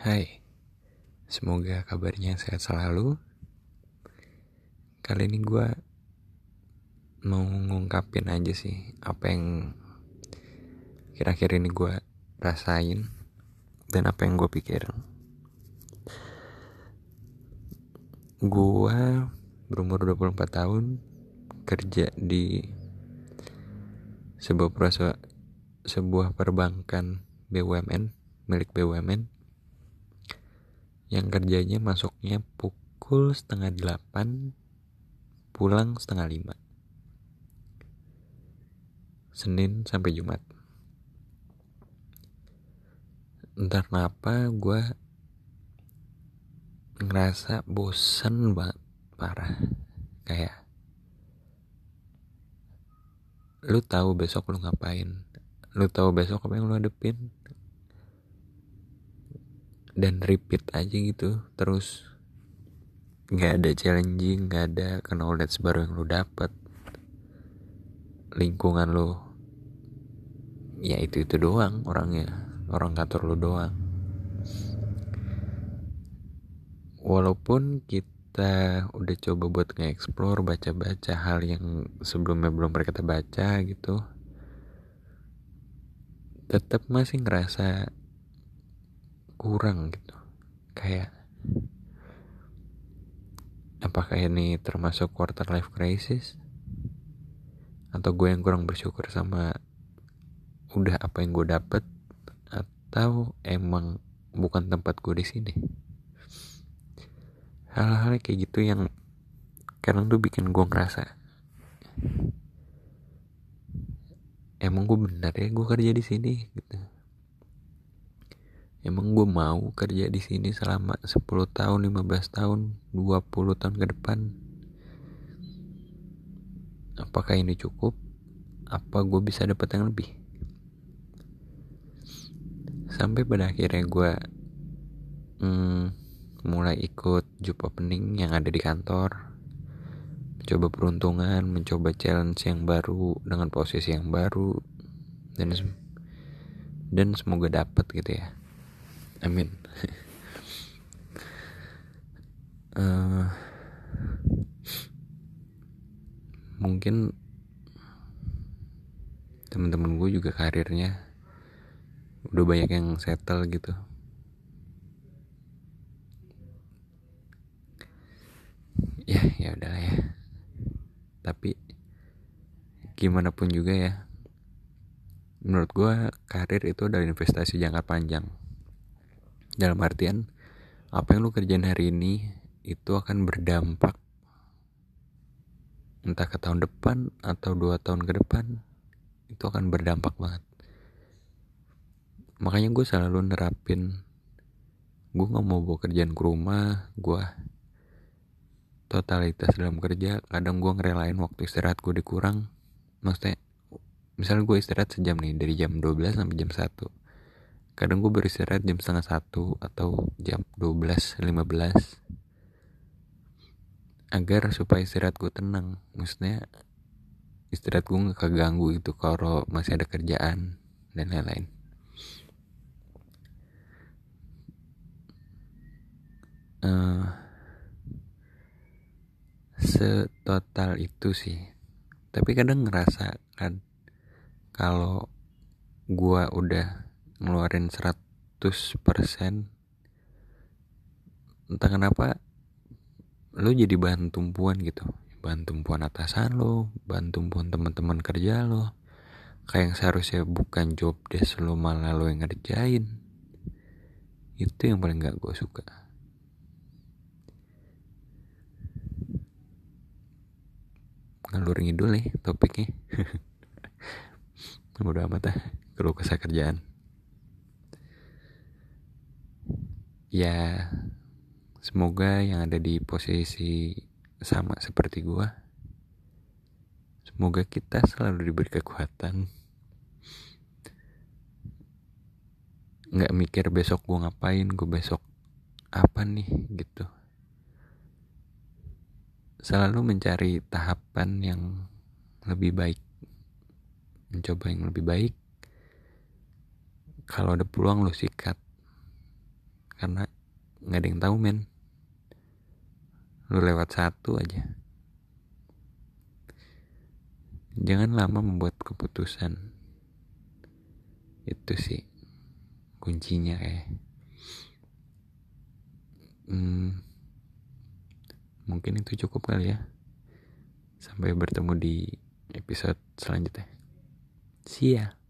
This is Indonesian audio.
Hai, semoga kabarnya sehat selalu. Kali ini gue mau ngungkapin aja sih apa yang kira-kira ini gue rasain dan apa yang gue pikirin. Gue berumur 24 tahun, kerja di sebuah perbankan BUMN, milik BUMN, yang kerjanya masuknya pukul 7:30, pulang 5:30, Senin sampai Jumat. Entah kenapa gue ngerasa bosen banget, parah. Kayak lu tahu besok lu ngapain, lu tahu besok apa yang lu hadepin, dan repeat aja gitu terus. Nggak ada challenging, nggak ada knowledge baru yang lu dapet. Lingkungan lu ya itu doang, orang kantor lu doang. Walaupun kita udah coba buat nge-explore, baca-baca hal yang sebelumnya belum pernah kita baca gitu, tetap masih ngerasa kurang gitu. Kayak apakah ini termasuk quarter life crisis, atau gue yang kurang bersyukur sama udah apa yang gue dapet, atau emang bukan tempat gue di sini. Hal-hal kayak gitu yang kadang tuh bikin gue ngerasa, emang gue benar ya gue kerja di sini gitu. Emang gue mau kerja di sini selama 10 tahun, 15 tahun, 20 tahun ke depan? Apakah ini cukup? Apa gue bisa dapat yang lebih? Sampai pada akhirnya gue mulai ikut job opening yang ada di kantor, mencoba peruntungan, mencoba challenge yang baru dengan posisi yang baru, dan semoga dapat gitu ya, amin. Mungkin teman-teman gue juga karirnya udah banyak yang settle gitu. Ya udahlah ya. Tapi gimana pun juga ya, menurut gue karir itu adalah investasi jangka panjang. Dalam artian, apa yang lu kerjain hari ini itu akan berdampak entah ke tahun depan atau 2 tahun ke depan. Itu akan berdampak banget. Makanya gue selalu nerapin, gue gak mau bawa kerjaan ke rumah. Gue totalitas dalam kerja. Kadang gue ngerelain waktu istirahat gue dikurang. Maksudnya misalnya gue istirahat sejam nih, dari jam 12 sampai jam 1. Kadang gue beristirahat jam 12:30 atau jam 12:15, agar supaya istirahat gue tenang. Maksudnya istirahat gue gak keganggu gitu kalau masih ada kerjaan dan lain-lain. Setotal itu sih. Tapi kadang ngerasa kan, kalau gue udah ngeluarin 100%, entah kenapa lo jadi bahan tumpuan gitu. Bahan tumpuan atasan lo, bahan tumpuan teman-teman kerja lo. Kayak yang seharusnya bukan job desk lo, malah lo yang ngerjain. Itu yang paling gak gue suka. Ngalur ngidul nih topiknya. Udah amat lah kalau kesah kerjaan. Ya, semoga yang ada di posisi sama seperti gue, semoga kita selalu diberi kekuatan, gak mikir besok gue ngapain, gue besok apa nih gitu. Selalu mencari tahapan yang lebih baik, mencoba yang lebih baik. Kalau ada peluang lo sikat, karena nggak ada yang tahu men, lu lewat satu aja. Jangan lama membuat keputusan, itu sih kuncinya kayak. Mungkin itu cukup kali ya. Sampai bertemu di episode selanjutnya. See ya.